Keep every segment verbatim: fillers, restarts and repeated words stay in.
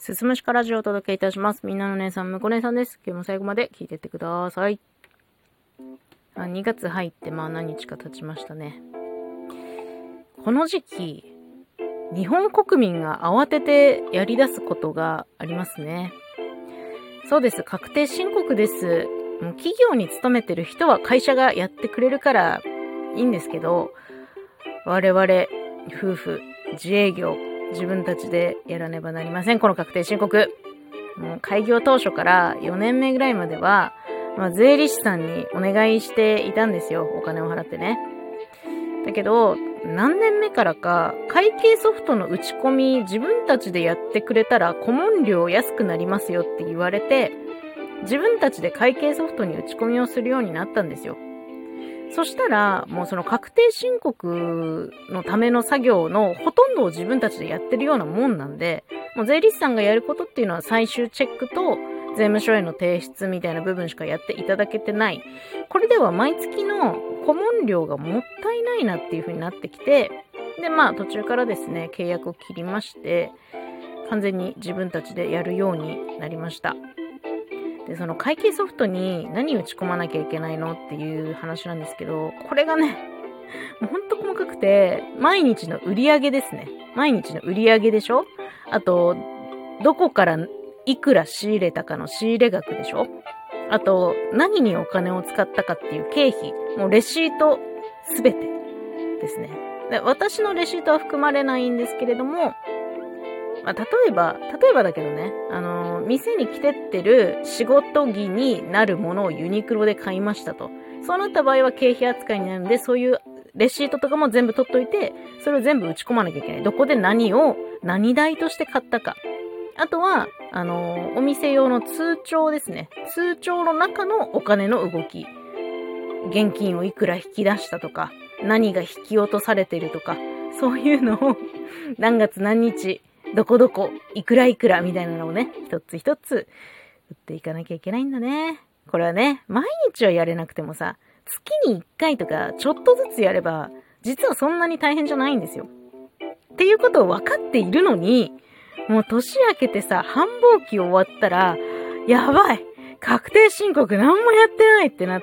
すすむしかラジオをお届けいたします。みんなの姉さん、むこ姉さんです。今日も最後まで聞いてってください。あにがつ入ってまあ何日か経ちましたね。この時期、日本国民が慌ててやり出すことがありますね。そうです。確定申告です。もう企業に勤めてる人は会社がやってくれるからいいんですけど、我々、夫婦、自営業、自分たちでやらねばなりません。この確定申告。もう開業当初からよねんめぐらいまでは、まあ、税理士さんにお願いしていたんですよ。お金を払ってね。だけど、何年目からか、会計ソフトの打ち込み自分たちでやってくれたら顧問料安くなりますよって言われて、自分たちで会計ソフトに打ち込みをするようになったんですよ。そしたら、もうその確定申告のための作業のほとんどを自分たちでやってるようなもんなんで、もう税理士さんがやることっていうのは最終チェックと税務署への提出みたいな部分しかやっていただけてない。これでは毎月の顧問料がもったいないなっていう風になってきて、で、まあ途中からですね、契約を切りまして、完全に自分たちでやるようになりました。で、その会計ソフトに何打ち込まなきゃいけないのっていう話なんですけど、これがね、もうほんと細かくて、毎日の売り上げですね。毎日の売り上げでしょ？あと、どこからいくら仕入れたかの仕入れ額でしょ？あと、何にお金を使ったかっていう経費、もうレシートすべてですね。で、私のレシートは含まれないんですけれども、まあ、例えば、例えばだけどね、あのー、店に来てってる仕事着になるものをユニクロで買いましたと。そうなった場合は経費扱いになるんで、そういうレシートとかも全部取っといて、それを全部打ち込まなきゃいけない。どこで何を、何代として買ったか。あとは、あのー、お店用の通帳ですね。通帳の中のお金の動き。現金をいくら引き出したとか、何が引き落とされてるとか、そういうのを何月何日、どこどこ、いくらいくらみたいなのをね、一つ一つ打っていかなきゃいけないんだね。これはね、毎日はやれなくてもさ、月にいっかいとかちょっとずつやれば、実はそんなに大変じゃないんですよ。っていうことを分かっているのに、もう年明けてさ、繁忙期終わったら、やばい！確定申告何もやってないってなって、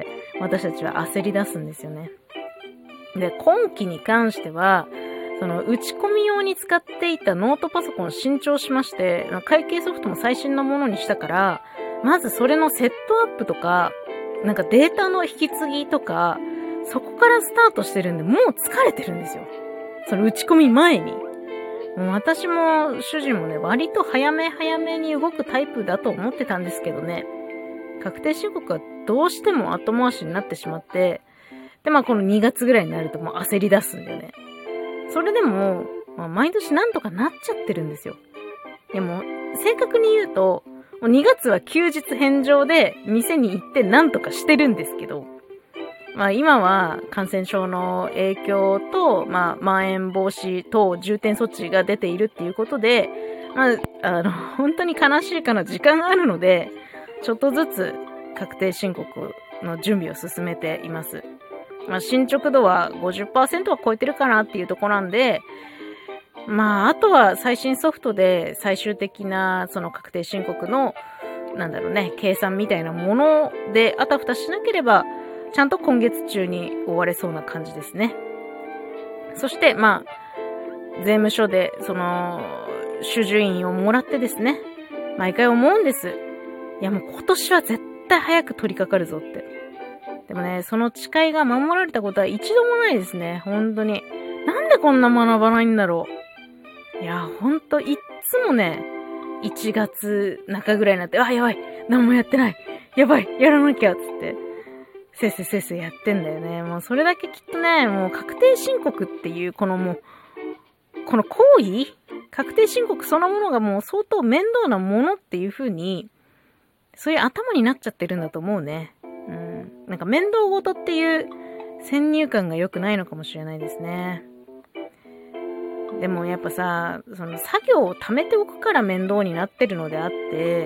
私たちは焦り出すんですよね。で、今期に関しては、その打ち込み用に使っていたノートパソコンを新調しまして、会計ソフトも最新のものにしたから、まずそれのセットアップとか、なんかデータの引き継ぎとか、そこからスタートしてるんで、もう疲れてるんですよ。その打ち込み前に。もう私も主人もね、割と早め早めに動くタイプだと思ってたんですけどね、確定申告はどうしても後回しになってしまって、で、まあこのにがつぐらいになるともう焦り出すんだよね。それでも、まあ、毎年なんとかなっちゃってるんですよ。でも、正確に言うと、もうにがつは休日返上で店に行ってなんとかしてるんですけど、まあ今は感染症の影響と、まあまん延防止等重点措置が出ているっていうことで、まあ、あの、本当に悲しいかな時間があるので、ちょっとずつ確定申告の準備を進めています。まあ、進捗度は ごじゅっパーセント は超えてるかなっていうところなんで、まあ、あとは最新ソフトで最終的なその確定申告の、なんだろうね、計算みたいなものであたふたしなければ、ちゃんと今月中に終われそうな感じですね。そして、まあ、税務署で、その、主従員をもらってですね、毎回思うんです。いやもう今年は絶対早く取り掛かるぞって。でもね、その誓いが守られたことは一度もないですね。本当に。なんでこんな学ばないんだろう。いや、ほんと、いっつもね、いちがつなかぐらいになって、あ、やばい、何もやってない。やばい、やらなきゃ、つって。せっせせっせやってんだよね。もうそれだけきっとね、もう確定申告っていう、このもう、この行為？確定申告そのものがもう相当面倒なものっていう風に、そういう頭になっちゃってるんだと思うね。うん、なんか面倒ごとっていう先入観が良くないのかもしれないですね。でもやっぱさ、その作業を貯めておくから面倒になってるのであって、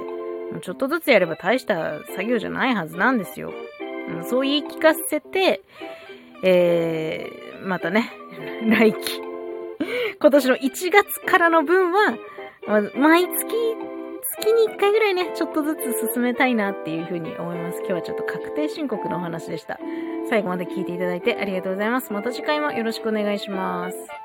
ちょっとずつやれば大した作業じゃないはずなんですよ。うん、そう言い聞かせて、えー、またね、来期。今年のいちがつからの分は、 まあ毎月、月にいっかいぐらいね、ちょっとずつ進めたいなっていうふうに思います。今日はちょっと確定申告のお話でした。最後まで聞いていただいてありがとうございます。また次回もよろしくお願いします。